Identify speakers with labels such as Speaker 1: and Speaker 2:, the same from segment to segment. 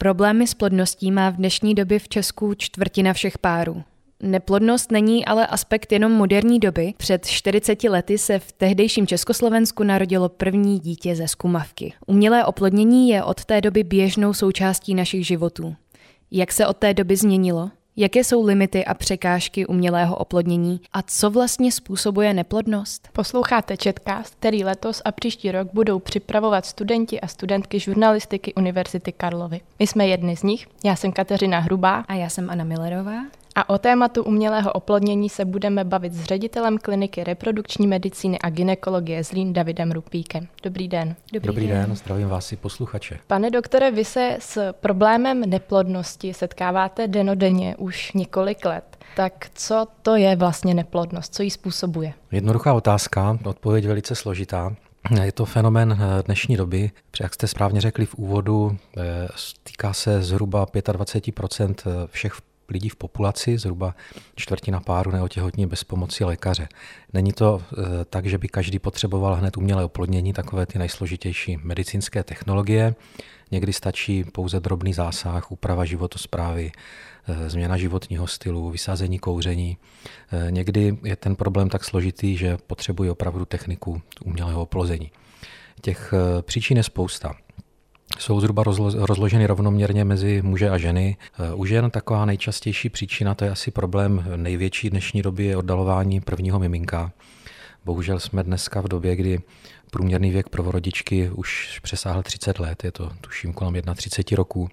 Speaker 1: Problémy s plodností má v dnešní době v Česku čtvrtina všech párů. Neplodnost není ale aspekt jenom moderní doby. Před 40 lety se v tehdejším Československu narodilo první dítě ze zkumavky. Umělé oplodnění je od té doby běžnou součástí našich životů. Jak se od té doby změnilo? Jaké jsou limity a překážky umělého oplodnění a co vlastně způsobuje neplodnost?
Speaker 2: Posloucháte Chatcast, který letos a příští rok budou připravovat studenti a studentky žurnalistiky Univerzity Karlovy. My jsme jedni z nich, já jsem Kateřina Hrubá
Speaker 1: A já jsem Anna Millerová.
Speaker 2: a o tématu umělého oplodnění se budeme bavit s ředitelem kliniky reprodukční medicíny a gynekologie Zlín Davidem Rupíkem. Dobrý den.
Speaker 3: Dobrý den, zdravím vás i posluchače.
Speaker 2: Pane doktore, vy se s problémem neplodnosti setkáváte dennodenně už několik let. Tak co to je vlastně neplodnost? Co ji způsobuje?
Speaker 3: Jednoduchá otázka, odpověď velice složitá. Je to fenomén dnešní doby, jak jste správně řekli v úvodu, týká se zhruba 25% všech lidí v populaci, zhruba čtvrtina párů neotěhotní bez pomoci lékaře. Není to tak, že by každý potřeboval hned umělé oplodnění, takové ty nejsložitější medicínské technologie. Někdy stačí pouze drobný zásah, úprava životosprávy, změna životního stylu, vysázení kouření. Někdy je ten problém tak složitý, že potřebuje opravdu techniku umělého oplození. Těch příčin je spousta. Jsou zhruba rozloženy rovnoměrně mezi muže a ženy. U žen taková nejčastější příčina, to je asi problém největší dnešní doby, je oddalování prvního miminka. Bohužel jsme dneska v době, kdy průměrný věk prvorodičky už přesáhl 30 let, je to tuším kolem 31 roků.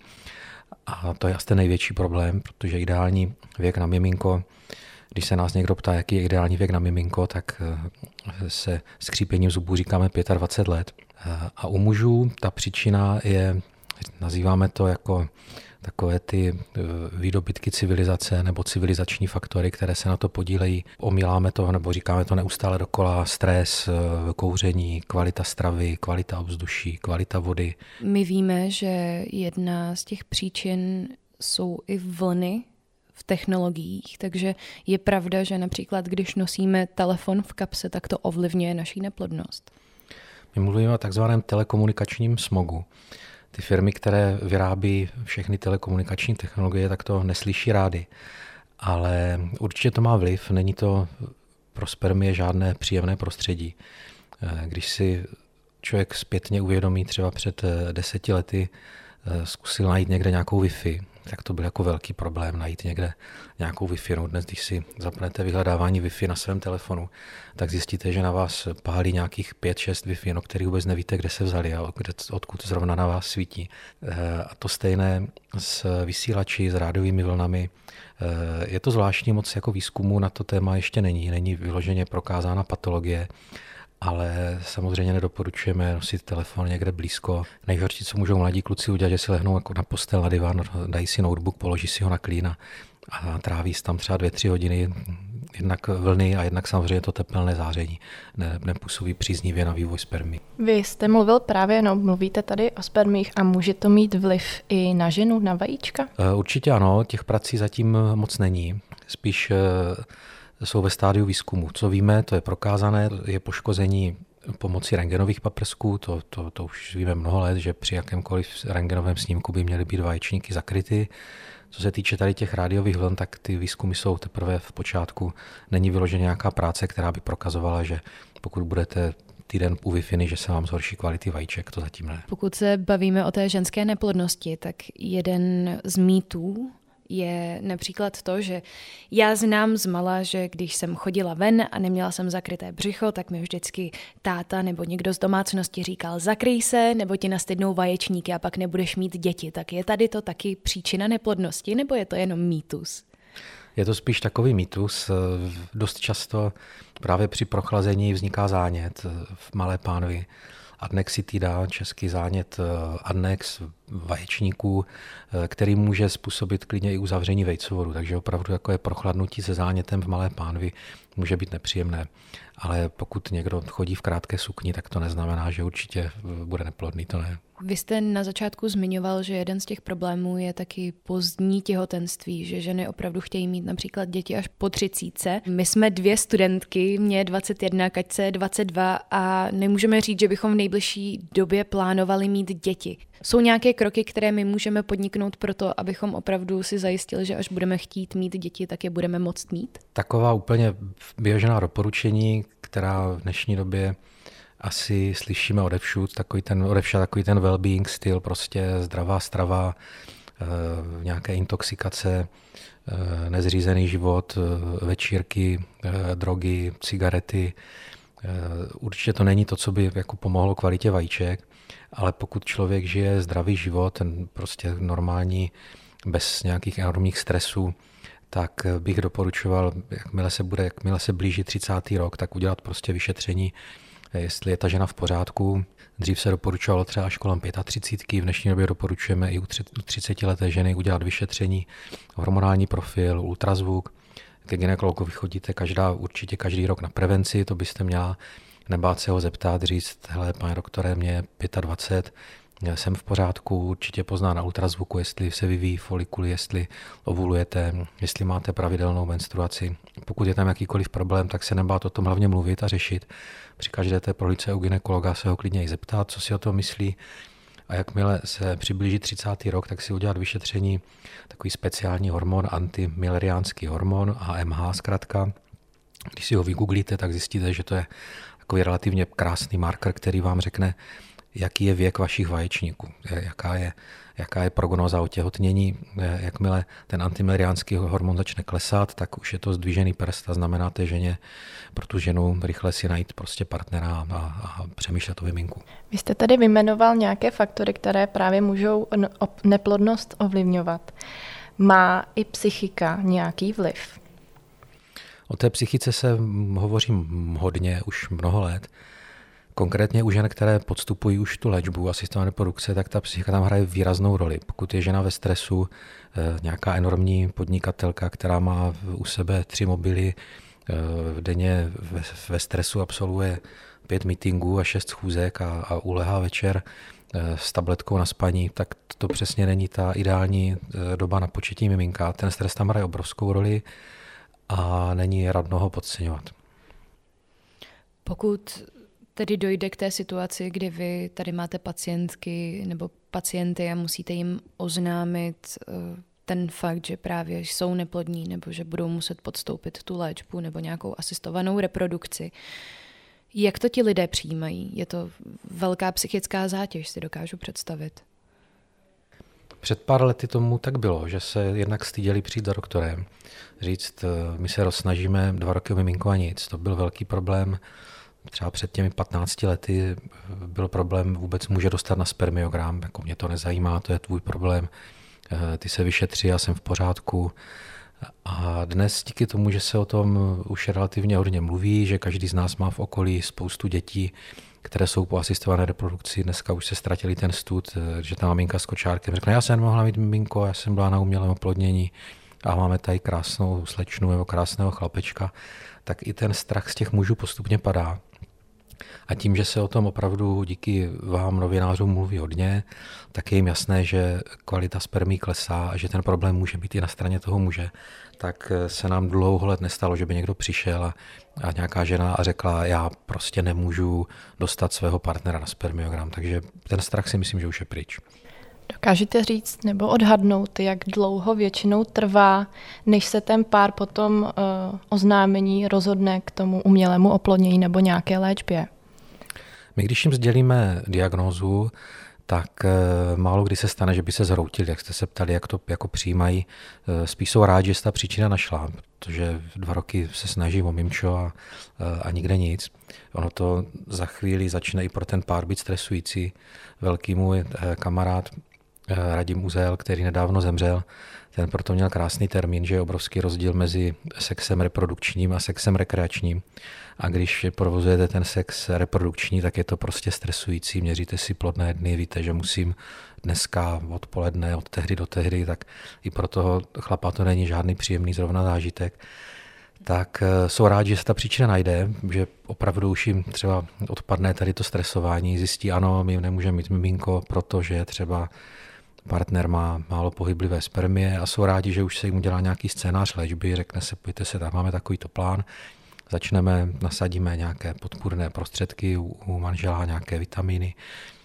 Speaker 3: A to je asi ten největší problém, protože ideální věk na miminko, když se nás někdo ptá, jaký je ideální věk na miminko, tak se skřípěním zubů říkáme 25 let. A u mužů ta příčina je, nazýváme to jako takové ty výdobytky civilizace nebo civilizační faktory, které se na to podílejí. Omíláme to nebo říkáme to neustále dokola: stres, kouření, kvalita stravy, kvalita ovzduší, kvalita vody.
Speaker 1: My víme, že jedna z těch příčin jsou i vlny v technologiích, takže je pravda, že například když nosíme telefon v kapse, tak to ovlivňuje naši neplodnost.
Speaker 3: My mluvíme o takzvaném telekomunikačním smogu. Ty firmy, které vyrábí všechny telekomunikační technologie, tak to neslyší rády. Ale určitě to má vliv, není to pro spermie žádné příjemné prostředí. Když si člověk zpětně uvědomí, třeba před 10 lety zkusil najít někde nějakou Wi-Fi, tak to byl jako velký problém najít někde nějakou Wi-Fi. No dnes, když si zapnete vyhledávání Wi-Fi na svém telefonu, tak zjistíte, že na vás pálí nějakých 5-6 Wi-Fi, no, který vůbec nevíte, kde se vzali a odkud zrovna na vás svítí. A to stejné s vysílači, s rádiovými vlnami. Je to zvláštní, moc jako výzkumu na to téma ještě není vyloženě prokázána patologie, ale samozřejmě nedoporučujeme nosit telefon někde blízko. Nejhorší, co můžou mladí kluci udělat, že si lehnou jako na postel, na divan, dají si notebook, položí si ho na klín a tráví tam třeba 2-3 hodiny, jednak vlny a jednak samozřejmě to tepelné záření nepůsobí příznivě na vývoj spermí.
Speaker 2: Vy jste mluvíte tady o spermích a může to mít vliv i na ženu, na vajíčka?
Speaker 3: Určitě ano, těch prací zatím moc není. Spíš jsou ve stádiu výzkumu. Co víme, to je prokázané, je poškození pomocí rentgenových paprsků, to už víme mnoho let, že při jakémkoliv rentgenovém snímku by měly být vaječníky zakryty. Co se týče tady těch rádiových vln, tak ty výzkumy jsou teprve v počátku. Není vyloženě nějaká práce, která by prokazovala, že pokud budete týden u Wi-Fi, že se vám zhorší kvality vajíček, to zatím ne.
Speaker 1: Pokud se bavíme o té ženské neplodnosti, tak jeden z mýtů je například to, že já znám zmala, že když jsem chodila ven a neměla jsem zakryté břicho, tak mi vždycky táta nebo někdo z domácnosti říkal: zakryj se, nebo ti nastydnou vaječníky a pak nebudeš mít děti. Tak je tady to taky příčina neplodnosti, nebo je to jenom mýtus?
Speaker 3: Je to spíš takový mýtus. Dost často právě při prochlazení vzniká zánět v malé pánvi. Adnexitida, český zánět adnex vaječníků, který může způsobit klidně i uzavření vejcovodu. Takže opravdu jako je prochladnutí se zánětem v malé pánvi může být nepříjemné. Ale pokud někdo chodí v krátké sukni, tak to neznamená, že určitě bude neplodný, to ne.
Speaker 1: Vy jste na začátku zmiňoval, že jeden z těch problémů je taky pozdní těhotenství, že ženy opravdu chtějí mít například děti až po 30. My jsme 2 studentky, mě je 21, Kaťce je 22 a nemůžeme říct, že bychom v nejbližší době plánovali mít děti. Jsou nějaké kroky, které my můžeme podniknout pro to, abychom opravdu si zajistili, že až budeme chtít mít děti, tak je budeme moct mít?
Speaker 3: Taková úplně běžná doporučení, která v dnešní době asi slyšíme odevšud, takový ten well-being styl, prostě zdravá strava, nějaké intoxikace, nezřízený život, večírky, drogy, cigarety. Určitě to není to, co by jako pomohlo kvalitě vajíček, ale pokud člověk žije zdravý život, ten prostě normální, bez nějakých enormních stresů, tak bych doporučoval, jakmile se blíží 30. rok, tak udělat prostě vyšetření, jestli je ta žena v pořádku. Dřív se doporučovalo třeba až kolem 35, v dnešní době doporučujeme i u 30leté ženy udělat vyšetření, hormonální profil, ultrazvuk. Ke gynekologovi chodíte určitě každý rok na prevenci, to byste měla nebát se ho zeptat, říct, hele, pane doktore, mě je 25, jsem v pořádku, určitě pozná na ultrazvuku, jestli se vyvíjí folikuly, jestli ovulujete, jestli máte pravidelnou menstruaci. Pokud je tam jakýkoliv problém, tak se nebát o tom hlavně mluvit a řešit. Při každé té prohlídce u gynekologa se ho klidně i zeptat, co si o tom myslí. A jakmile se přiblíží 30. rok, tak si udělat vyšetření, takový speciální hormon, antimileriánský hormon, AMH zkrátka. Když si ho vygooglíte, tak zjistíte, že to je takový relativně krásný marker, který vám řekne, jaký je věk vašich vaječníků, jaká je prognóza otěhotnění. Jakmile ten antimileriánský hormon začne klesat, tak už je to zdvižený prst a znamená té ženě, pro tu ženu rychle si najít prostě partnera a přemýšlet o vyminku.
Speaker 2: Vy jste tady vyjmenoval nějaké faktory, které právě můžou neplodnost ovlivňovat. Má i psychika nějaký vliv?
Speaker 3: O té psychice se hovořím hodně, už mnoho let. Konkrétně u žen, které podstupují už tu léčbu asistované reprodukce, tak ta psychika tam hraje výraznou roli. Pokud je žena ve stresu, nějaká enormní podnikatelka, která má u sebe 3 mobily, denně ve stresu absolvuje 5 meetingů a 6 schůzek a ulehá večer s tabletkou na spaní, tak to přesně není ta ideální doba na početí miminka. Ten stres tam hraje obrovskou roli a není radno ho podceňovat.
Speaker 1: Pokud tedy dojde k té situaci, kdy vy tady máte pacientky nebo pacienty a musíte jim oznámit ten fakt, že právě jsou neplodní nebo že budou muset podstoupit tu léčbu nebo nějakou asistovanou reprodukci, jak to ti lidé přijímají? Je to velká psychická zátěž, si dokážu představit.
Speaker 3: Před pár lety tomu tak bylo, že se jednak styděli přijít za doktorem, říct, my se rozsnažíme 2 roky o miminko a nic. To byl velký problém. Třeba před těmi 15 lety byl problém vůbec může dostat na spermiogram, jako mě to nezajímá, to je tvůj problém, ty se vyšetří, já jsem v pořádku. A dnes díky tomu, že se o tom už relativně hodně mluví, že každý z nás má v okolí spoustu dětí, které jsou po asistované reprodukci, dneska už se ztratili ten stud, že ta maminka s kočárkem řekne, já jsem nemohla mít miminko, já jsem byla na umělém oplodnění a máme tady krásnou slečnu nebo krásného chlapečka, tak i ten strach z těch mužů postupně padá. A tím, že se o tom opravdu díky vám novinářům mluví hodně, tak je jim jasné, že kvalita spermí klesá a že ten problém může být i na straně toho muže. Tak se nám dlouho let nestalo, že by někdo přišel a nějaká žena a řekla, já prostě nemůžu dostat svého partnera na spermiogram. Takže ten strach si myslím, že už je pryč.
Speaker 2: Dokážete říct nebo odhadnout, jak dlouho většinou trvá, než se ten pár potom oznámení rozhodne k tomu umělému oplodnění nebo nějaké léčbě?
Speaker 3: My když jim sdělíme diagnózu, tak málo kdy se stane, že by se zhroutili, jak jste se ptali, jak to jako přijímají. Spíš jsou rádi, že se ta příčina našla, protože 2 roky se snaží o mimčo a nikde nic. Ono to za chvíli začne i pro ten pár být stresující. Velký můj kamarád Radim Uzel, který nedávno zemřel, ten proto měl krásný termín, že je obrovský rozdíl mezi sexem reprodukčním a sexem rekreačním. A když provozujete ten sex reprodukční, tak je to prostě stresující. Měříte si plodné dny, víte, že musím dneska odpoledne, od tehdy do tehdy, tak i pro toho chlapa to není žádný příjemný zrovna zážitek. Tak jsou rádi, že se ta příčina najde, že opravdu už jim třeba odpadne tady to stresování, zjistí, ano, my nemůžeme mít miminko, protože třeba partner má málo pohyblivé spermie a jsou rádi, že už se jim udělá nějaký scénář léčby, řekne se, pojďte se, tak máme takovýto plán, nasadíme nějaké podpůrné prostředky u manžela, nějaké vitamíny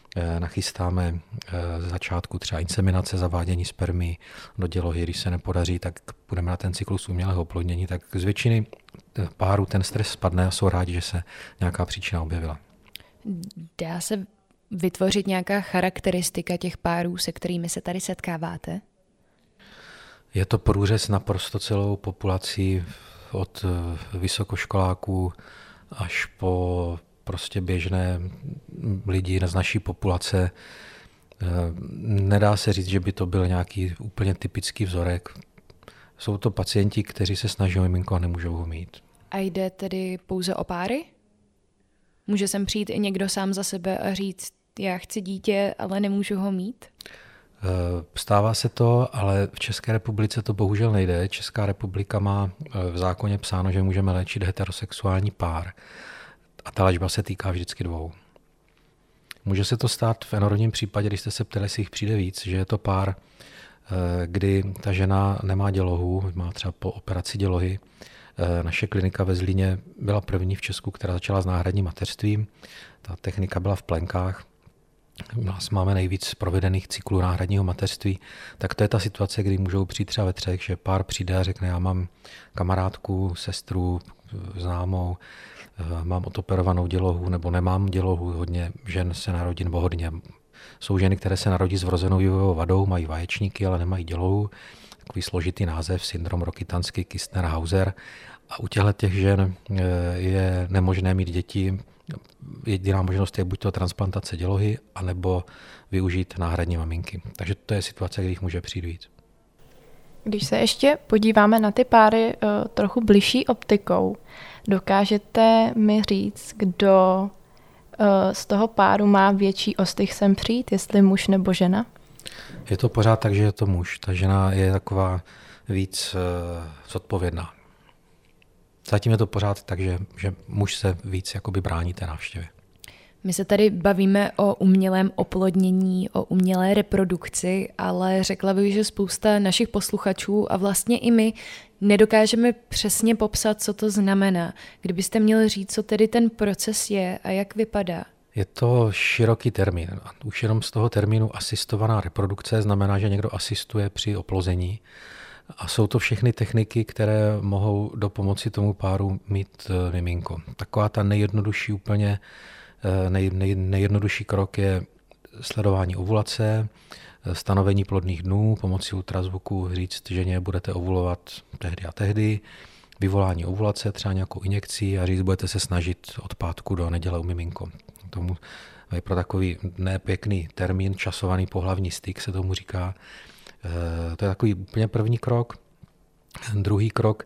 Speaker 3: nachystáme z začátku třeba inseminace, zavádění spermy do dělohy, když se nepodaří, tak půjdeme na ten cyklus umělého oplodnění, tak z většiny párů ten stres spadne a jsou rádi, že se nějaká příčina objevila.
Speaker 1: Dá se vytvořit nějaká charakteristika těch párů, se kterými se tady setkáváte?
Speaker 3: Je to průřez naprosto celou populací, od vysokoškoláků až po prostě běžné lidi z naší populace. Nedá se říct, že by to byl nějaký úplně typický vzorek. Jsou to pacienti, kteří se snaží o miminko a nemůžou ho mít. A
Speaker 1: jde tedy pouze o páry? Může sem přijít i někdo sám za sebe a říct, já chci dítě, ale nemůžu ho mít?
Speaker 3: Stává se to, ale v České republice to bohužel nejde. Česká republika má v zákoně psáno, že můžeme léčit heterosexuální pár. A ta léčba se týká vždycky dvou. Může se to stát v enormním případě, když jste se ptali, jestli jich přijde víc, že je to pár, kdy ta žena nemá dělohu, má třeba po operaci dělohy. Naše klinika ve Zlíně byla první v Česku, která začala s náhradním mateřstvím. Ta technika byla v plenkách. Máme nejvíc provedených cyklů náhradního mateřství, tak to je ta situace, kdy můžou přijít třeba ve třech, že pár přijde a řekne, já mám kamarádku, sestru, známou, mám odoperovanou dělohu nebo nemám dělohu, hodně žen se narodí, nebo hodně. Jsou ženy, které se narodí s vrozenou vývojovou vadou, mají vaječníky, ale nemají dělohu. Takový složitý název, syndrom Rokitansky, Kistner-Hauser. A u těch žen je nemožné mít děti. Jediná možnost je buď to transplantace dělohy, anebo využít náhradní maminky. Takže to je situace, kdy jich může přijít víc.
Speaker 2: Když se ještě podíváme na ty páry trochu bližší optikou, dokážete mi říct, kdo z toho páru má větší ostych sem přijít, jestli muž nebo žena?
Speaker 3: Je to pořád tak, že je to muž. Ta žena je taková víc zodpovědná. Zatím je to pořád tak, že muž se víc jakoby brání té návštěvě.
Speaker 1: My se tady bavíme o umělém oplodnění, o umělé reprodukci, ale řekla bych, že spousta našich posluchačů a vlastně i my nedokážeme přesně popsat, co to znamená. Kdybyste měl říct, co tedy ten proces je a jak vypadá?
Speaker 3: Je to široký termín. Už jenom z toho termínu asistovaná reprodukce znamená, že někdo asistuje při oplození. A jsou to všechny techniky, které mohou do pomoci tomu páru mít miminko. Taková ta nejjednodušší úplně, nejjednodušší krok je sledování ovulace, stanovení plodných dnů, pomocí ultrazvuku říct ženě, budete ovulovat tehdy a tehdy, vyvolání ovulace, třeba nějakou injekcí a říct, budete se snažit od pátku do neděle u miminko. Tomu je pro takový nepěkný termín, časovaný pohlavní styk se tomu říká. To je takový úplně první krok. Druhý krok,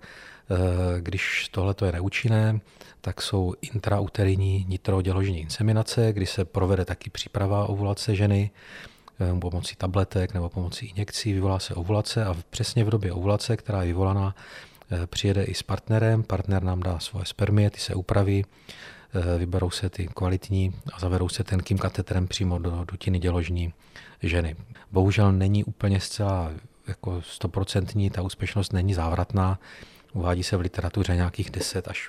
Speaker 3: když tohle je neúčinné, tak jsou intrauterinní nitroděložní inseminace, kdy se provede taky příprava ovulace ženy pomocí tabletek nebo pomocí injekcí, vyvolá se ovulace a přesně v době ovulace, která je vyvolaná, přijede i s partnerem, partner nám dá svoje spermie, ty se upraví, vyberou se ty kvalitní a zavedou se tenkým katetrem přímo do dutiny děložní ženy. Bohužel není úplně zcela jako 100%, ta úspěšnost není závratná. Uvádí se v literatuře nějakých 10 až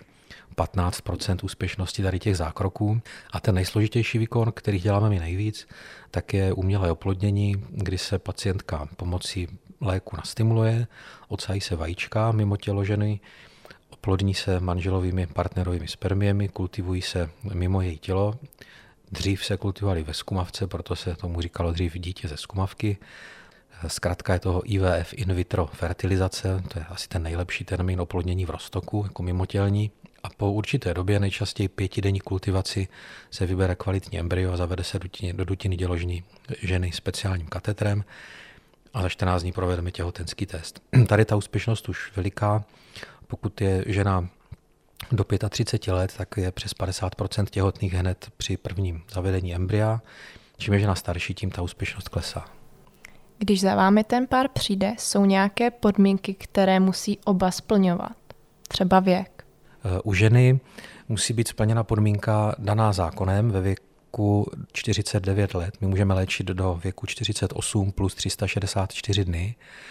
Speaker 3: 15% úspěšnosti tady těch zákroků. A ten nejsložitější výkon, který děláme my nejvíc, tak je umělé oplodnění, kdy se pacientka pomocí léku nastimuluje, odsají se vajíčka mimo tělo ženy, oplodní se manželovými partnerovými spermiemi, kultivují se mimo její tělo. Dřív se kultivovali ve zkumavce, proto se tomu říkalo dřív dítě ze zkumavky. Zkrátka je toho IVF, in vitro fertilizace, to je asi ten nejlepší termín oplodnění v roztoku, jako mimotělní. A po určité době, nejčastěji 5denní kultivaci, se vybere kvalitní embryo a zavede se do dutiny děložní ženy speciálním katetrem a za 14 dní provedeme těhotenský test. Tady ta úspěšnost už veliká. Pokud je žena do 35 let, tak je přes 50% těhotných hned při prvním zavedení embrya. Čím je žena starší, tím ta úspěšnost klesá.
Speaker 2: Když za vámi ten pár přijde, jsou nějaké podmínky, které musí oba splňovat? Třeba věk?
Speaker 3: U ženy musí být splněna podmínka daná zákonem ve věku 49 let. My můžeme léčit do věku 48 plus 364 dny.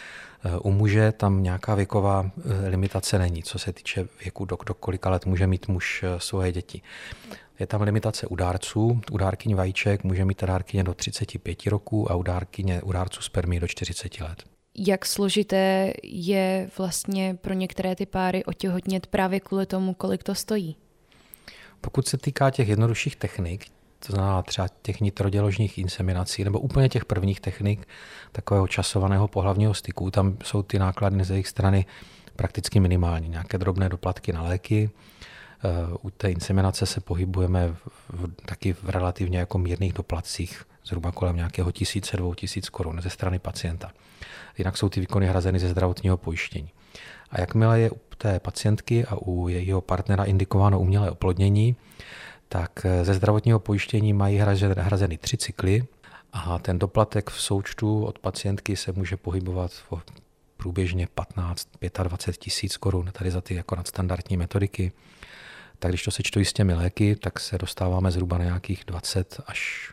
Speaker 3: U muže tam nějaká věková limitace není, co se týče věku, do kolika let může mít muž svoje děti. Je tam limitace u dárců, u dárkyň vajíček může mít dárkyně do 35 roků a u dárců spermí do 40 let.
Speaker 1: Jak složité je vlastně pro některé ty páry otěhotnět právě kvůli tomu, kolik to stojí?
Speaker 3: Pokud se týká těch jednodušších technik, to znamená třeba těch nitroděložních inseminací nebo úplně těch prvních technik takového časovaného pohlavního styku, tam jsou ty náklady z jejich strany prakticky minimální. Nějaké drobné doplatky na léky. U té inseminace se pohybujeme taky v relativně jako mírných doplatcích, zhruba kolem nějakého 1000–2000 korun ze strany pacienta. Jinak jsou ty výkony hrazeny ze zdravotního pojištění. A jakmile je u té pacientky a u jejího partnera indikováno umělé oplodnění, tak ze zdravotního pojištění mají hrazeny 3 cykly a ten doplatek v součtu od pacientky se může pohybovat průběžně 15–25 tisíc korun, tady za ty jako nadstandardní metodiky. Tak když to sečtu s těmi léky, tak se dostáváme zhruba na nějakých 20 až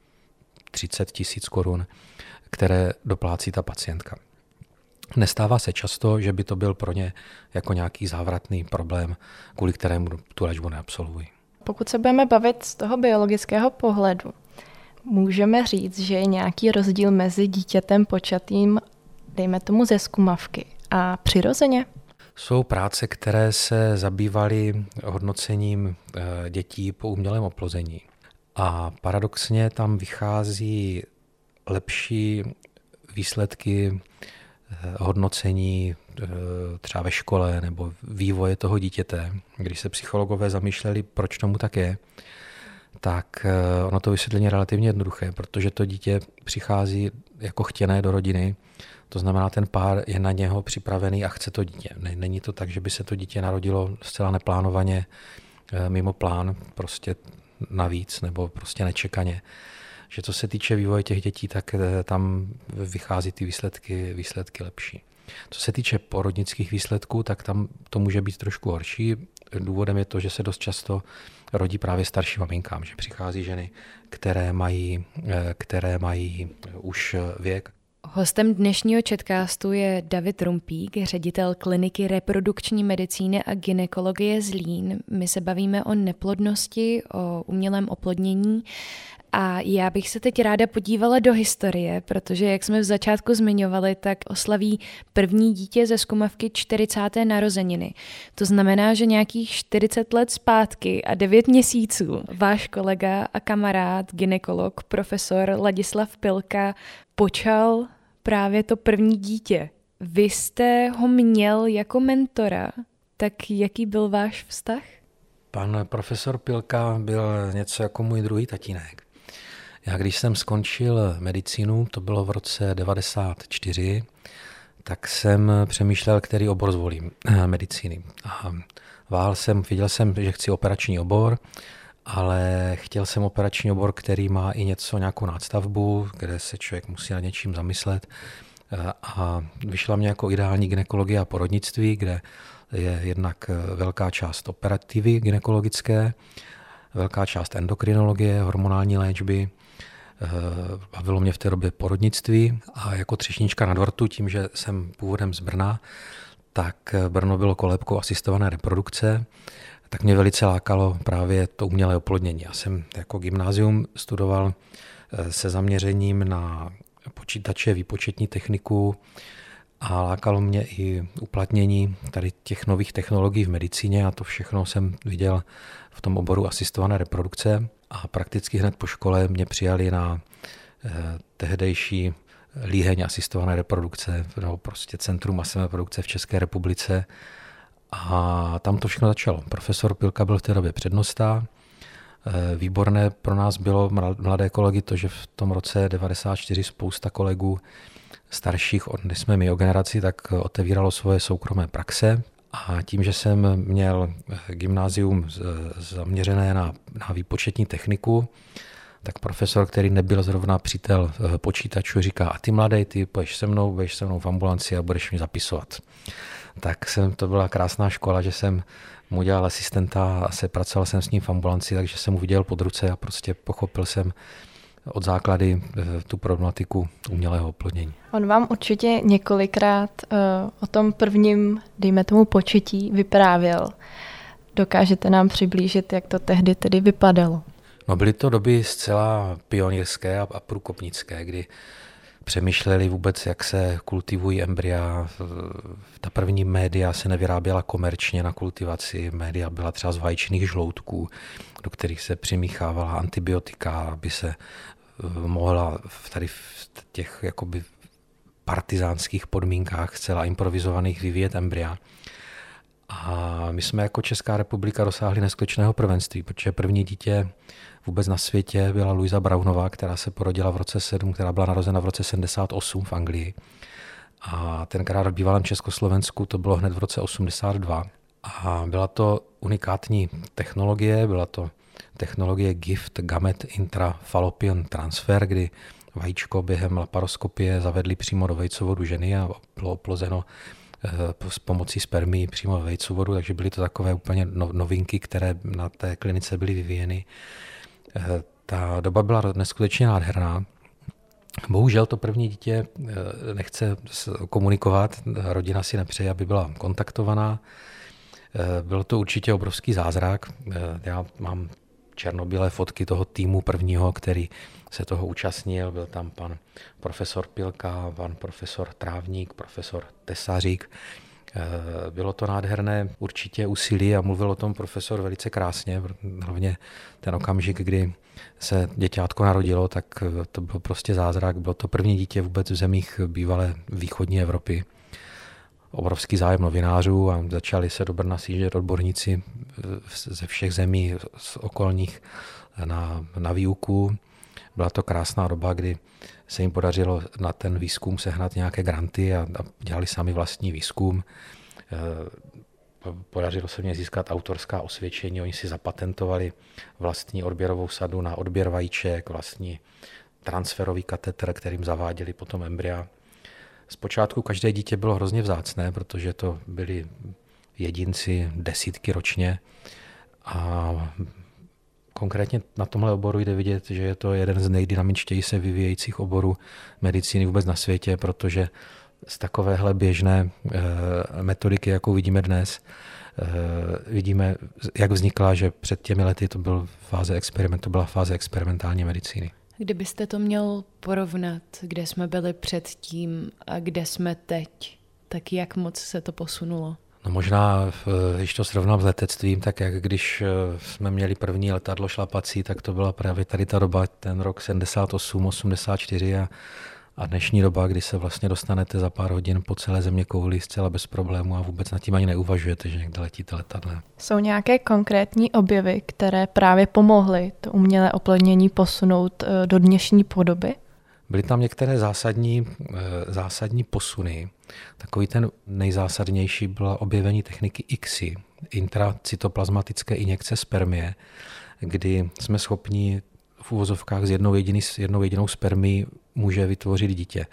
Speaker 3: 30 tisíc korun, které doplácí ta pacientka. Nestává se často, že by to byl pro ně jako nějaký závratný problém, kvůli kterému tu léčbu neabsolvují.
Speaker 2: Pokud se budeme bavit z toho biologického pohledu, můžeme říct, že je nějaký rozdíl mezi dítětem počatým, dejme tomu ze zkumavky, a přirozeně?
Speaker 3: Jsou práce, které se zabývaly hodnocením dětí po umělém oplození. A paradoxně tam vychází lepší výsledky hodnocení třeba ve škole nebo vývoje toho dítěte. Když se psychologové zamýšleli, proč tomu tak je, tak ono to vysvětlení je relativně jednoduché, protože to dítě přichází jako chtěné do rodiny, to znamená, ten pár je na něho připravený a chce to dítě. Není to tak, že by se to dítě narodilo zcela neplánovaně, mimo plán, prostě navíc nebo prostě nečekaně. Že co se týče vývoje těch dětí, tak tam vychází ty výsledky lepší. Co se týče porodnických výsledků, tak tam to může být trošku horší. Důvodem je to, že se dost často rodí právě starším maminkám, že přichází ženy, které mají už věk.
Speaker 1: Hostem dnešního Chatcastu je David Rumpík, ředitel kliniky reprodukční medicíny a gynekologie Zlín. My se bavíme o neplodnosti, o umělém oplodnění a já bych se teď ráda podívala do historie, protože jak jsme v začátku zmiňovali, tak oslaví první dítě ze zkumavky 40. narozeniny. To znamená, že nějakých 40 let zpátky a 9 měsíců váš kolega a kamarád, gynekolog, profesor Ladislav Pilka počal právě to první dítě. Vy jste ho měl jako mentora, tak jaký byl váš vztah?
Speaker 3: Pan profesor Pilka byl něco jako můj druhý tatínek. Já když jsem skončil medicínu, to bylo v roce 1994, tak jsem přemýšlel, který obor zvolím medicíny. A viděl jsem, že chci operační obor, ale chtěl jsem operační obor, který má i nějakou nástavbu, kde se člověk musí nad něčím zamyslet. A vyšla mě jako ideální gynekologie a porodnictví, kde je jednak velká část operativy gynekologické, velká část endokrinologie, hormonální léčby. Bavilo mě v té době porodnictví a jako třešnička na dortu, tím, že jsem původem z Brna, tak Brno bylo kolébkou asistované reprodukce, tak mě velice lákalo právě to umělé oplodnění. Já jsem jako gymnázium studoval se zaměřením na počítače, výpočetní techniku a lákalo mě i uplatnění tady těch nových technologií v medicíně a to všechno jsem viděl v tom oboru asistované reprodukce a prakticky hned po škole mě přijali na tehdejší Líheň asistované reprodukce, nebo prostě Centrum masové reprodukce v České republice a tam to všechno začalo. Profesor Pilka byl v té době přednosta. Výborné pro nás bylo mladé kolegy to, že v tom roce 1994 spousta kolegů starších, než jsme my o generaci, tak otevíralo svoje soukromé praxe. A tím, že jsem měl gymnázium zaměřené na výpočetní techniku, tak profesor, který nebyl zrovna přítel počítačů, říká, a ty mladej, ty budeš se mnou v ambulanci a budeš mi zapisovat. Tak to byla krásná škola, že jsem mu dělal asistenta a pracoval jsem s ním v ambulanci, takže jsem mu viděl pod ruce a prostě pochopil jsem od základy tu problematiku umělého oplodnění.
Speaker 2: On vám určitě několikrát o tom prvním, dejme tomu, početí vyprávěl. Dokážete nám přiblížit, jak to tehdy tedy vypadalo?
Speaker 3: No, byly to doby zcela pionýrské a průkopnické, kdy přemýšleli vůbec, jak se kultivují embrya. Ta první média se nevyráběla komerčně na kultivaci. Média byla třeba z vaječných žloutků, do kterých se přimíchávala antibiotika, aby se mohla tady v těch jakoby partizánských podmínkách zcela improvizovaných vyvíjet embrya. A my jsme jako Česká republika dosáhli neskutečného prvenství, protože první dítě vůbec na světě byla Louisa Brownová, která se porodila v roce 7, která byla narozena v roce 78 v Anglii. A tenkrát v bývalém Československu to bylo hned v roce 82. A byla to unikátní technologie, byla to technologie GIFT, Gamete Intrafallopian Transfer, kdy vajíčko během laparoskopie zavedli přímo do vejcovodu ženy a bylo oplozeno s pomocí spermií přímo ve vejcovodu, takže byly to takové úplně novinky, které na té klinice byly vyvíjeny. Ta doba byla neskutečně nádherná. Bohužel to první dítě nechce komunikovat, rodina si nepřeje, aby byla kontaktovaná. Byl to určitě obrovský zázrak. Já mám černobílé fotky toho týmu prvního, který se toho účastnil. Byl tam pan profesor Pilka, pan profesor Trávník, profesor Tesařík. Bylo to nádherné určitě úsilí a mluvil o tom profesor velice krásně. Hlavně ten okamžik, kdy se děťátko narodilo, tak to byl prostě zázrak. Bylo to první dítě vůbec v zemích bývalé východní Evropy. Obrovský zájem novinářů a začali se do Brna sjíždět odborníci ze všech zemí z okolních na výuku. Byla to krásná doba, kdy se jim podařilo na ten výzkum sehnat nějaké granty a dělali sami vlastní výzkum. Podařilo se mě získat autorská osvědčení, oni si zapatentovali vlastní odběrovou sadu na odběr vajíček, vlastní transferový katetr, kterým zaváděli potom embrya. Zpočátku každé dítě bylo hrozně vzácné, protože to byli jedinci, desítky ročně a konkrétně na tomhle oboru jde vidět, že je to jeden z nejdynamičtěji se vyvíjejících oborů medicíny vůbec na světě, protože z takovéhle běžné metodiky, jakou vidíme dnes, vidíme, jak vznikla, že před těmi lety to byla fáze experimentální medicíny.
Speaker 1: Kdybyste to měl porovnat, kde jsme byli předtím a kde jsme teď, tak jak moc se to posunulo?
Speaker 3: No možná, když to srovnám s letectvím, tak jak když jsme měli první letadlo šlapací, tak to byla právě tady ta doba, ten rok 78, 84 a dnešní doba, kdy se vlastně dostanete za pár hodin po celé zeměkouli zcela bez problému a vůbec nad tím ani neuvažujete, že někde letíte letadlem.
Speaker 2: Jsou nějaké konkrétní objevy, které právě pomohly to umělé oplodnění posunout do dnešní podoby?
Speaker 3: Byly tam některé zásadní posuny. Takový ten nejzásadnější byla objevení techniky ICSI, intracytoplazmatické injekce spermie, kdy jsme schopni v uvozovkách s jednou jedinou spermií může vytvořit dítě.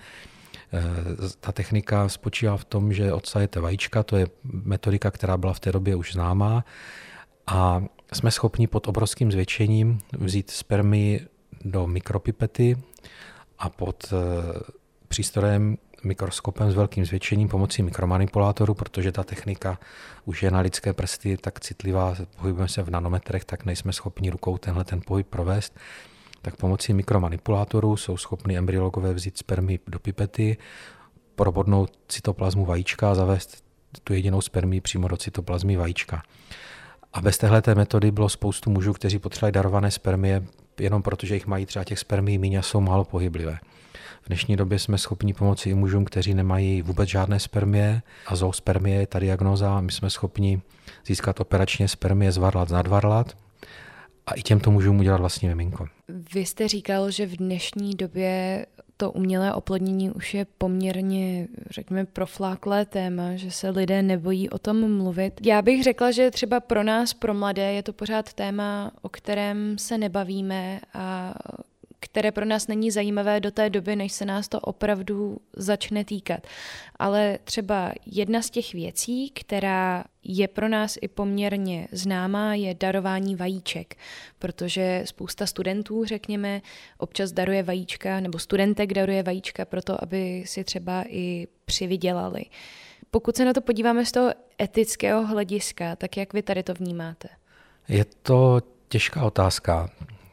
Speaker 3: Ta technika spočívá v tom, že odsajete vajíčka, to je metodika, která byla v té době už známá, a jsme schopni pod obrovským zvětšením vzít spermii do mikropipety a pod přístrojem mikroskopem s velkým zvětšením pomocí mikromanipulátoru, protože ta technika už je na lidské prsty tak citlivá, pohybujeme se v nanometrech, tak nejsme schopni rukou ten pohyb provést. Tak pomocí mikromanipulátorů jsou schopni embryologové vzít spermii do pipety, probodnout cytoplazmu vajíčka a zavést tu jedinou spermii přímo do cytoplazmy vajíčka. A bez téhleté metody bylo spoustu mužů, kteří potřebovali darované spermie, jenom protože jich mají třeba těch spermií míň a jsou málo pohyblivé. V dnešní době jsme schopni pomoci i mužům, kteří nemají vůbec žádné spermie, a zoospermie je ta diagnóza, my jsme schopni získat operačně spermie z varlat z nadvarlat a i těmto mužům udělat vlastní miminko.
Speaker 1: Vy jste říkal, že v dnešní době to umělé oplodnění už je poměrně, řekněme, profláklé téma, že se lidé nebojí o tom mluvit. Já bych řekla, že třeba pro nás, pro mladé, je to pořád téma, o kterém se nebavíme a které pro nás není zajímavé do té doby, než se nás to opravdu začne týkat. Ale třeba jedna z těch věcí, která je pro nás i poměrně známá, je darování vajíček, protože spousta studentů, řekněme, občas daruje vajíčka, nebo studentek daruje vajíčka proto, aby si třeba i přivydělali. Pokud se na to podíváme z toho etického hlediska, tak jak vy tady to vnímáte?
Speaker 3: Je to těžká otázka.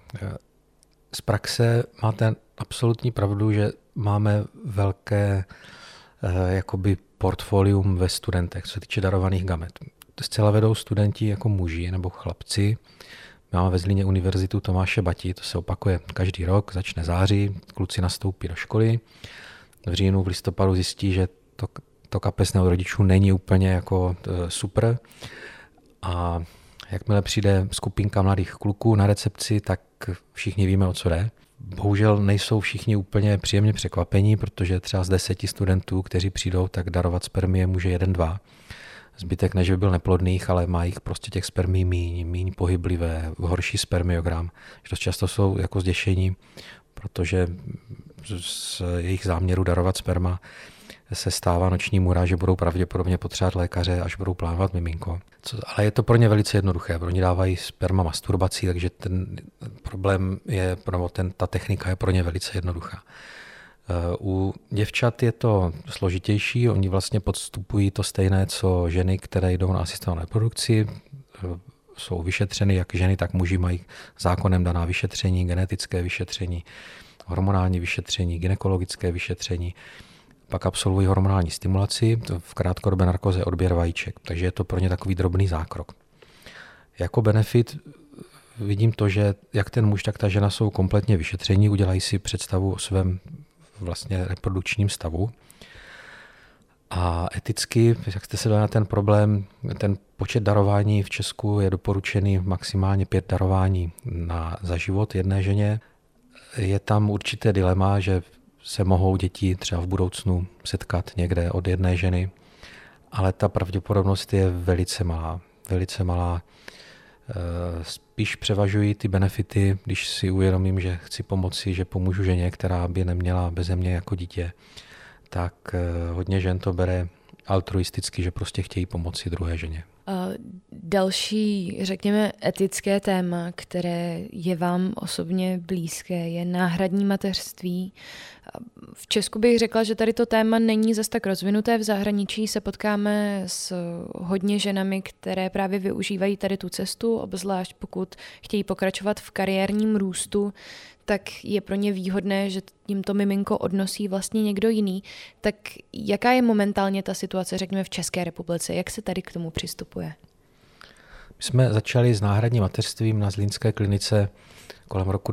Speaker 3: Z praxe máte absolutní pravdu, že máme velké jakoby portfolium ve studentech, co se týče darovaných gamet. Zcela vedou studenti jako muži nebo chlapci. Máme ve Zlíně univerzitu Tomáše Bati, to se opakuje každý rok, začne září, kluci nastoupí do školy. V říjnu, v listopadu zjistí, že to kapesné od rodičů není úplně jako super. A jakmile přijde skupinka mladých kluků na recepci, tak všichni víme, o co jde. Bohužel nejsou všichni úplně příjemně překvapení, protože třeba z 10 studentů, kteří přijdou, tak darovat spermie může 1-2. Zbytek ne, že by byl neplodných, ale má jich prostě těch spermí míň pohyblivé, horší spermiogram. Dost často jsou jako zděšení, protože z jejich záměru darovat sperma se stává noční můra, že budou pravděpodobně potřebovat lékaře, až budou plánovat miminko. Ale je to pro ně velice jednoduché. Pro ně dávají sperma masturbací, takže ten problém je, ta technika je pro ně velice jednoduchá. U děvčat je to složitější, oni vlastně podstupují to stejné, co ženy, které jdou na asistovanou reprodukci, jsou vyšetřeny, jak ženy, tak muži mají zákonem daná vyšetření, genetické vyšetření, hormonální vyšetření, gynekologické vyšetření, pak absolvují hormonální stimulaci, v krátkodobé narkoze odběr vajíček, takže je to pro ně takový drobný zákrok. Jako benefit vidím to, že jak ten muž, tak ta žena jsou kompletně vyšetření, udělají si představu o svém vlastně reprodukčním stavu. A eticky, jak jste se dali na ten problém, ten počet darování v Česku je doporučený maximálně 5 darování za život jedné ženě. Je tam určité dilema, že se mohou děti třeba v budoucnu setkat někde od jedné ženy, ale ta pravděpodobnost je velice malá. Velice malá. Spíš převažují ty benefity, když si uvědomím, že chci pomoci, že pomůžu ženě, která by neměla beze mě jako dítě, tak hodně žen to bere altruisticky, že prostě chtějí pomoci druhé ženě.
Speaker 1: Další, řekněme, etické téma, které je vám osobně blízké, je náhradní mateřství. V Česku bych řekla, že tady to téma není zas tak rozvinuté. V zahraničí se potkáme s hodně ženami, které právě využívají tady tu cestu, obzvlášť pokud chtějí pokračovat v kariérním růstu, tak je pro ně výhodné, že jim to miminko odnosí vlastně někdo jiný. Tak jaká je momentálně ta situace, řekněme, v České republice? Jak se tady k tomu přistupuje?
Speaker 3: My jsme začali s náhradním mateřstvím na Zlínské klinice kolem roku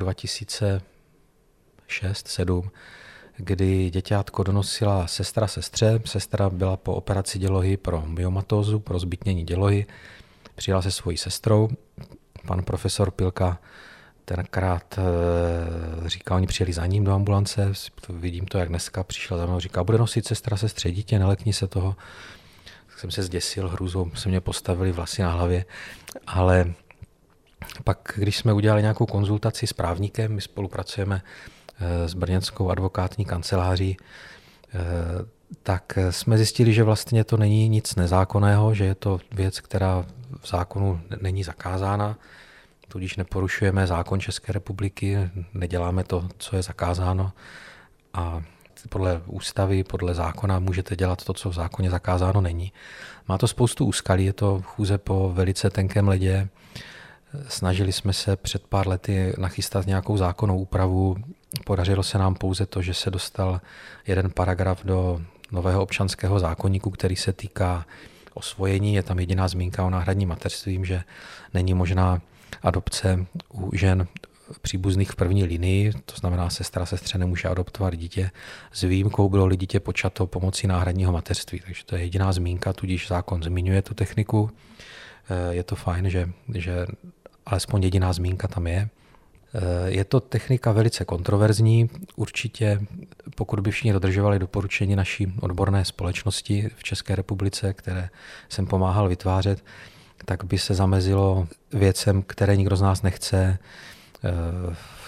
Speaker 3: 2006-2007, kdy děťátko donosila sestra sestře. Sestra byla po operaci dělohy pro myomatózu, pro zbytnění dělohy. Přijela se svojí sestrou. Pan profesor Pilka tenkrát říkal, oni přijeli za ním do ambulance, vidím to, jak dneska přišel za mnou, říkal, bude nosit sestra sestře dítě, nelekni se toho. Tak jsem se zděsil, hrůzou se mě postavili vlasy na hlavě, ale pak, když jsme udělali nějakou konzultaci s právníkem, my spolupracujeme s brněnskou advokátní kanceláří, tak jsme zjistili, že vlastně to není nic nezákonného, že je to věc, která v zákonu není zakázána, tudíž neporušujeme zákon České republiky, neděláme to, co je zakázáno a podle ústavy, podle zákona můžete dělat to, co v zákoně zakázáno není. Má to spoustu úskalí, je to chůze po velice tenkém ledě. Snažili jsme se před pár lety nachystat nějakou zákonnou úpravu. Podařilo se nám pouze to, že se dostal jeden paragraf do nového občanského zákoníku, který se týká osvojení. Je tam jediná zmínka o náhradním mateřstvím, že není možná adopce u žen příbuzných v první linii, to znamená sestra sestře nemůže adoptovat dítě, s výjimkou bylo-li dítě počato pomocí náhradního mateřství. Takže to je jediná zmínka, tudíž zákon zmiňuje tu techniku. Je to fajn, že alespoň jediná zmínka tam je. Je to technika velice kontroverzní. Určitě, pokud by všichni dodržovali doporučení naší odborné společnosti v České republice, které jsem pomáhal vytvářet, tak by se zamezilo věcem, které nikdo z nás nechce.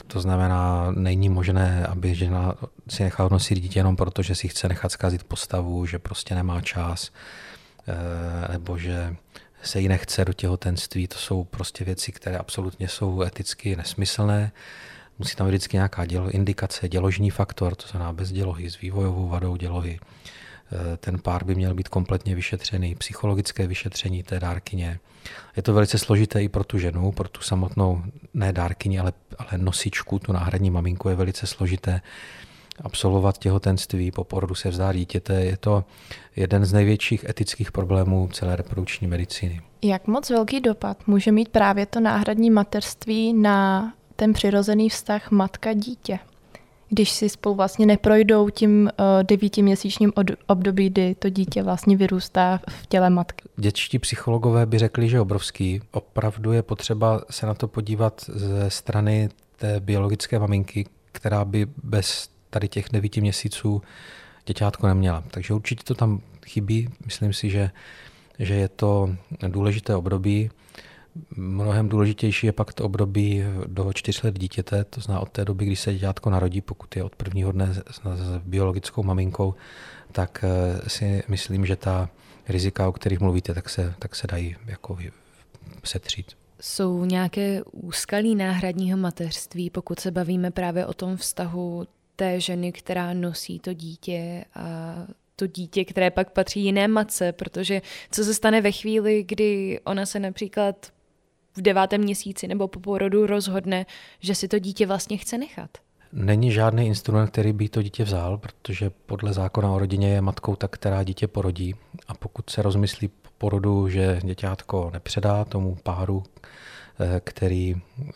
Speaker 3: To znamená, není možné, aby žena si nechala nosit dítě jenom proto, že si chce nechat zkazit postavu, že prostě nemá čas, nebo že se jí nechce do těhotenství. To jsou prostě věci, které absolutně jsou eticky nesmyslné. Musí tam vždycky nějaká indikace, děložní faktor, to znamená bez dělohy, s vývojovou vadou dělohy. Ten pár by měl být kompletně vyšetřený, psychologické vyšetření té dárkyně. Je to velice složité i pro tu ženu, pro tu samotnou, ne dárkyni, ale nosičku, tu náhradní maminku je velice složité absolvovat těhotenství, po porodu se vzdát dítěte. Je to jeden z největších etických problémů celé reprodukční medicíny.
Speaker 2: Jak moc velký dopad může mít právě to náhradní mateřství na ten přirozený vztah matka-dítě? Když si spolu vlastně neprojdou tím 9měsíčním období, kdy to dítě vlastně vyrůstá v těle matky.
Speaker 3: Dětští psychologové by řekli, že obrovský. Opravdu je potřeba se na to podívat ze strany té biologické maminky, která by bez tady těch 9 měsíců děťátko neměla. Takže určitě to tam chybí. Myslím si, že je to důležité období. Mnohem důležitější je pak to období do 4 let dítěte, to znamená od té doby, kdy se děťátko narodí, pokud je od prvního dne s biologickou maminkou, tak si myslím, že ta rizika, o kterých mluvíte, tak se dají jako setřít.
Speaker 1: Jsou nějaké úskalí náhradního mateřství, pokud se bavíme právě o tom vztahu té ženy, která nosí to dítě a to dítě, které pak patří jiné matce, protože co se stane ve chvíli, kdy ona se například v 9. měsíci nebo po porodu rozhodne, že si to dítě vlastně chce nechat?
Speaker 3: Není žádný instrument, který by to dítě vzal, protože podle zákona o rodině je matkou ta, která dítě porodí. A pokud se rozmyslí po porodu, že děťátko nepředá tomu páru, který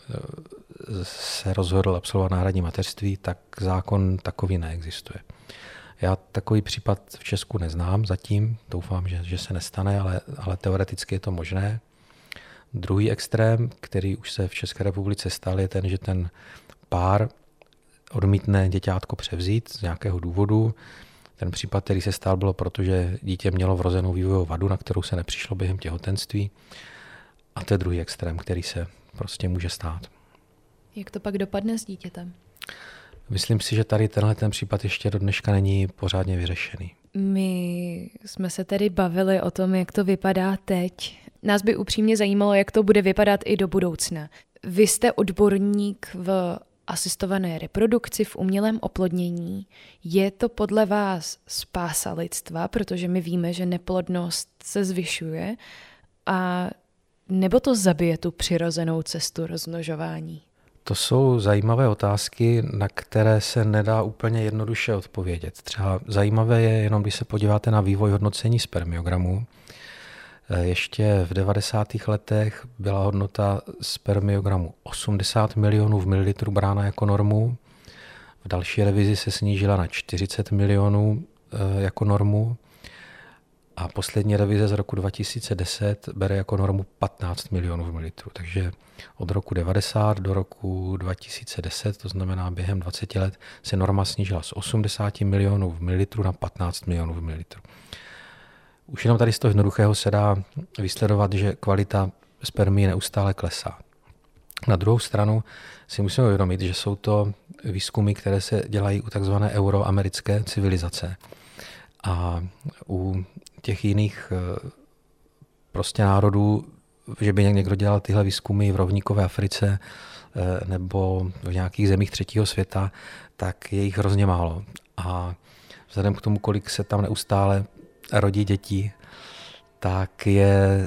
Speaker 3: se rozhodl absolvovat náhradní mateřství, tak zákon takový neexistuje. Já takový případ v Česku neznám zatím, doufám, že se nestane, ale teoreticky je to možné. Druhý extrém, který už se v České republice stal, je ten, že ten pár odmítne děťátko převzít z nějakého důvodu. Ten případ, který se stal, bylo proto, že dítě mělo vrozenou vývojovou vadu, na kterou se nepřišlo během těhotenství. A to je druhý extrém, který se prostě může stát.
Speaker 1: Jak to pak dopadne s dítětem?
Speaker 3: Myslím si, že tady ten případ ještě do dneška není pořádně vyřešený.
Speaker 1: My jsme se tedy bavili o tom, jak to vypadá teď. Nás by upřímně zajímalo, jak to bude vypadat i do budoucna. Vy jste odborník v asistované reprodukci, v umělém oplodnění. Je to podle vás spása lidstva, protože my víme, že neplodnost se zvyšuje, a nebo to zabije tu přirozenou cestu rozmnožování?
Speaker 3: To jsou zajímavé otázky, na které se nedá úplně jednoduše odpovědět. Třeba zajímavé je jenom, když se podíváte na vývoj hodnocení spermiogramu. Ještě v 90. letech byla hodnota spermiogramu 80 milionů v mililitru brána jako normu. V další revizi se snížila na 40 milionů jako normu. A poslední revize z roku 2010 bere jako normu 15 milionů v mililitru. Takže od roku 90 do roku 2010, to znamená během 20 let, se norma snížila z 80 milionů v mililitru na 15 milionů v mililitru. Už jenom tady z toho jednoduchého se dá vysledovat, že kvalita spermí neustále klesá. Na druhou stranu si musíme uvědomit, že jsou to výzkumy, které se dělají u takzvané euroamerické civilizace. A u těch jiných prostě národů, že by někdo dělal tyhle výzkumy v rovníkové Africe nebo v nějakých zemích třetího světa, tak je jich hrozně málo. A vzhledem k tomu, kolik se tam neustále rodí děti, tak je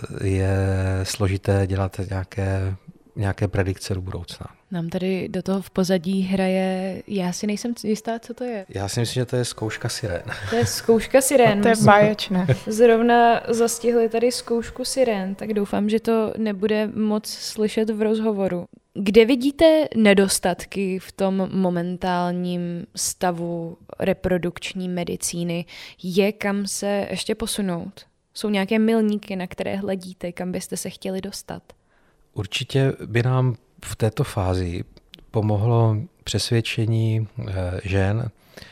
Speaker 3: složité dělat nějaké predikce do budoucna.
Speaker 1: Nám tady do toho v pozadí hraje, já si nejsem jistá, co to je.
Speaker 3: Já si myslím, že to je zkouška sirén.
Speaker 1: To je zkouška sirén.
Speaker 2: To je báječné.
Speaker 1: Zrovna zastihli tady zkoušku sirén, tak doufám, že to nebude moc slyšet v rozhovoru. Kde vidíte nedostatky v tom momentálním stavu reprodukční medicíny? Je kam se ještě posunout? Jsou nějaké milníky, na které hledíte, kam byste se chtěli dostat?
Speaker 3: Určitě by nám v této fázi pomohlo přesvědčení žen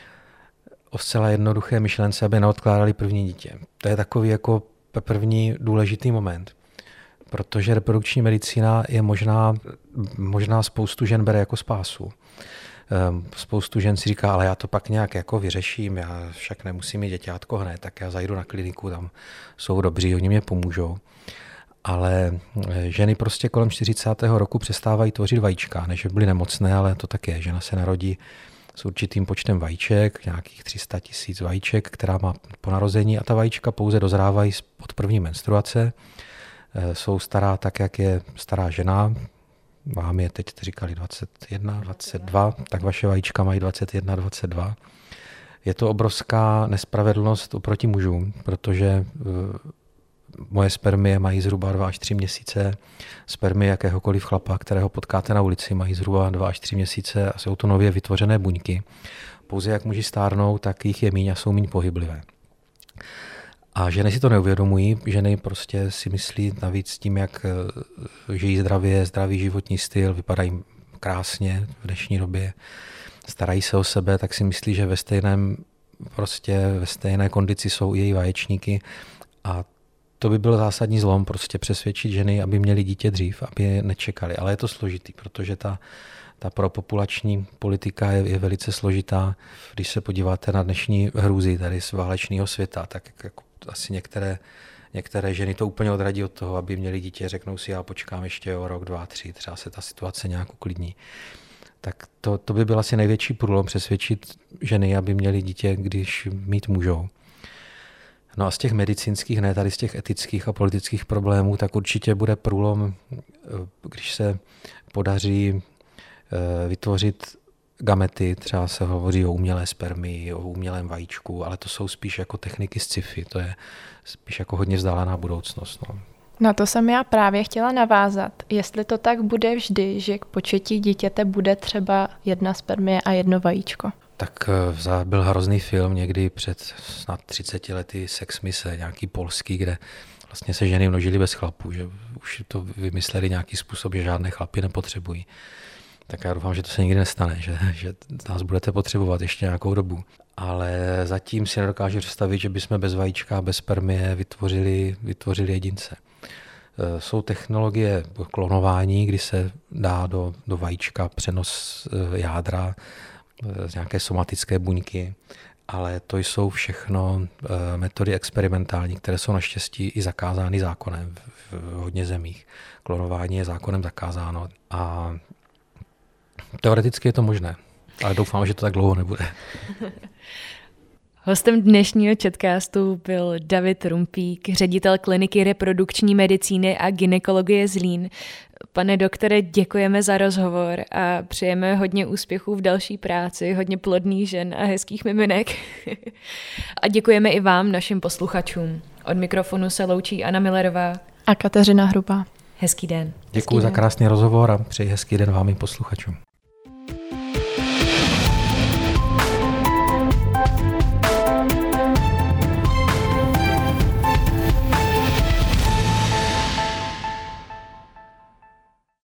Speaker 3: o zcela jednoduché myšlence, aby neodkládali první dítě. To je takový jako první důležitý moment. protože reprodukční medicína je možná spoustu žen bere jako spásu. Spoustu žen si říká, ale já to pak nějak jako vyřeším, já však nemusím mít děťátko hned, tak já zajdu na kliniku, tam jsou dobří, oni mě pomůžou. Ale ženy prostě kolem 40. roku přestávají tvořit vajíčka, než by byly nemocné, ale to tak je. Žena se narodí s určitým počtem vajíček, nějakých 300 000 vajíček, která má po narození, a ta vajíčka pouze dozrávají od první menstruace. Jsou stará tak, jak je stará žena. Vám je teď říkali 21, 22, tak vaše vajíčka mají 21, 22. Je to obrovská nespravedlnost oproti mužům, protože moje spermie mají zhruba 2 až 3 měsíce. Spermie jakéhokoliv chlapa, kterého potkáte na ulici, mají zhruba 2 až 3 měsíce a jsou to nově vytvořené buňky. Pouze jak muži stárnou, tak jich je míň a jsou míň pohyblivé. A ženy si to neuvědomují, ženy prostě si myslí navíc tím, jak žijí zdravě, zdravý životní styl, vypadají krásně v dnešní době, starají se o sebe, tak si myslí, že ve stejné kondici jsou i její vaječníky, a to by byl zásadní zlom, prostě přesvědčit ženy, aby měly dítě dřív, aby je nečekali. Ale je to složitý, protože ta propopulační politika je velice složitá. Když se podíváte na dnešní hrůzy tady z válečného světa, tak jako asi některé ženy to úplně odradí od toho, aby měli dítě, řeknou si, já počkám ještě o rok, 2, 3, třeba se ta situace nějak uklidní. Tak to by byl asi největší průlom, přesvědčit ženy, aby měli dítě, když mít můžou. No a z těch medicínských, ne tady z těch etických a politických problémů, tak určitě bude průlom, když se podaří vytvořit gamety, třeba se hovoří o umělé spermii, o umělém vajíčku, ale to jsou spíš jako techniky z sci-fi, to je spíš jako hodně vzdálená budoucnost. No.
Speaker 2: Na to jsem já právě chtěla navázat. Jestli to tak bude vždy, že k početí dítěte bude třeba 1 spermie a 1 vajíčko.
Speaker 3: Tak byl hrozný film někdy před snad 30 lety, Sex mise, nějaký polský, kde vlastně se ženy množily bez chlapů, že už to vymysleli nějaký způsob, že žádné chlapy nepotřebují. Tak já doufám, že to se nikdy nestane, že nás budete potřebovat ještě nějakou dobu. Ale zatím si nedokážu představit, že bychom bez vajíčka, bez spermie vytvořili jedince. Jsou technologie klonování, kdy se dá do vajíčka přenos jádra z nějaké somatické buňky, ale to jsou všechno metody experimentální, které jsou naštěstí i zakázány zákonem v hodně zemích. Klonování je zákonem zakázáno a teoreticky je to možné, ale doufám, že to tak dlouho nebude.
Speaker 1: Hostem dnešního Chatcastu byl David Rumpík, ředitel kliniky reprodukční medicíny a gynekologie Zlín. Pane doktore, děkujeme za rozhovor a přejeme hodně úspěchů v další práci, hodně plodných žen a hezkých miminek. A děkujeme i vám, našim posluchačům. Od mikrofonu se loučí Anna Millerová
Speaker 2: a Kateřina Hrubá.
Speaker 1: Hezký den.
Speaker 3: Děkuji za krásný rozhovor a přeji hezký den vám i posluchačům.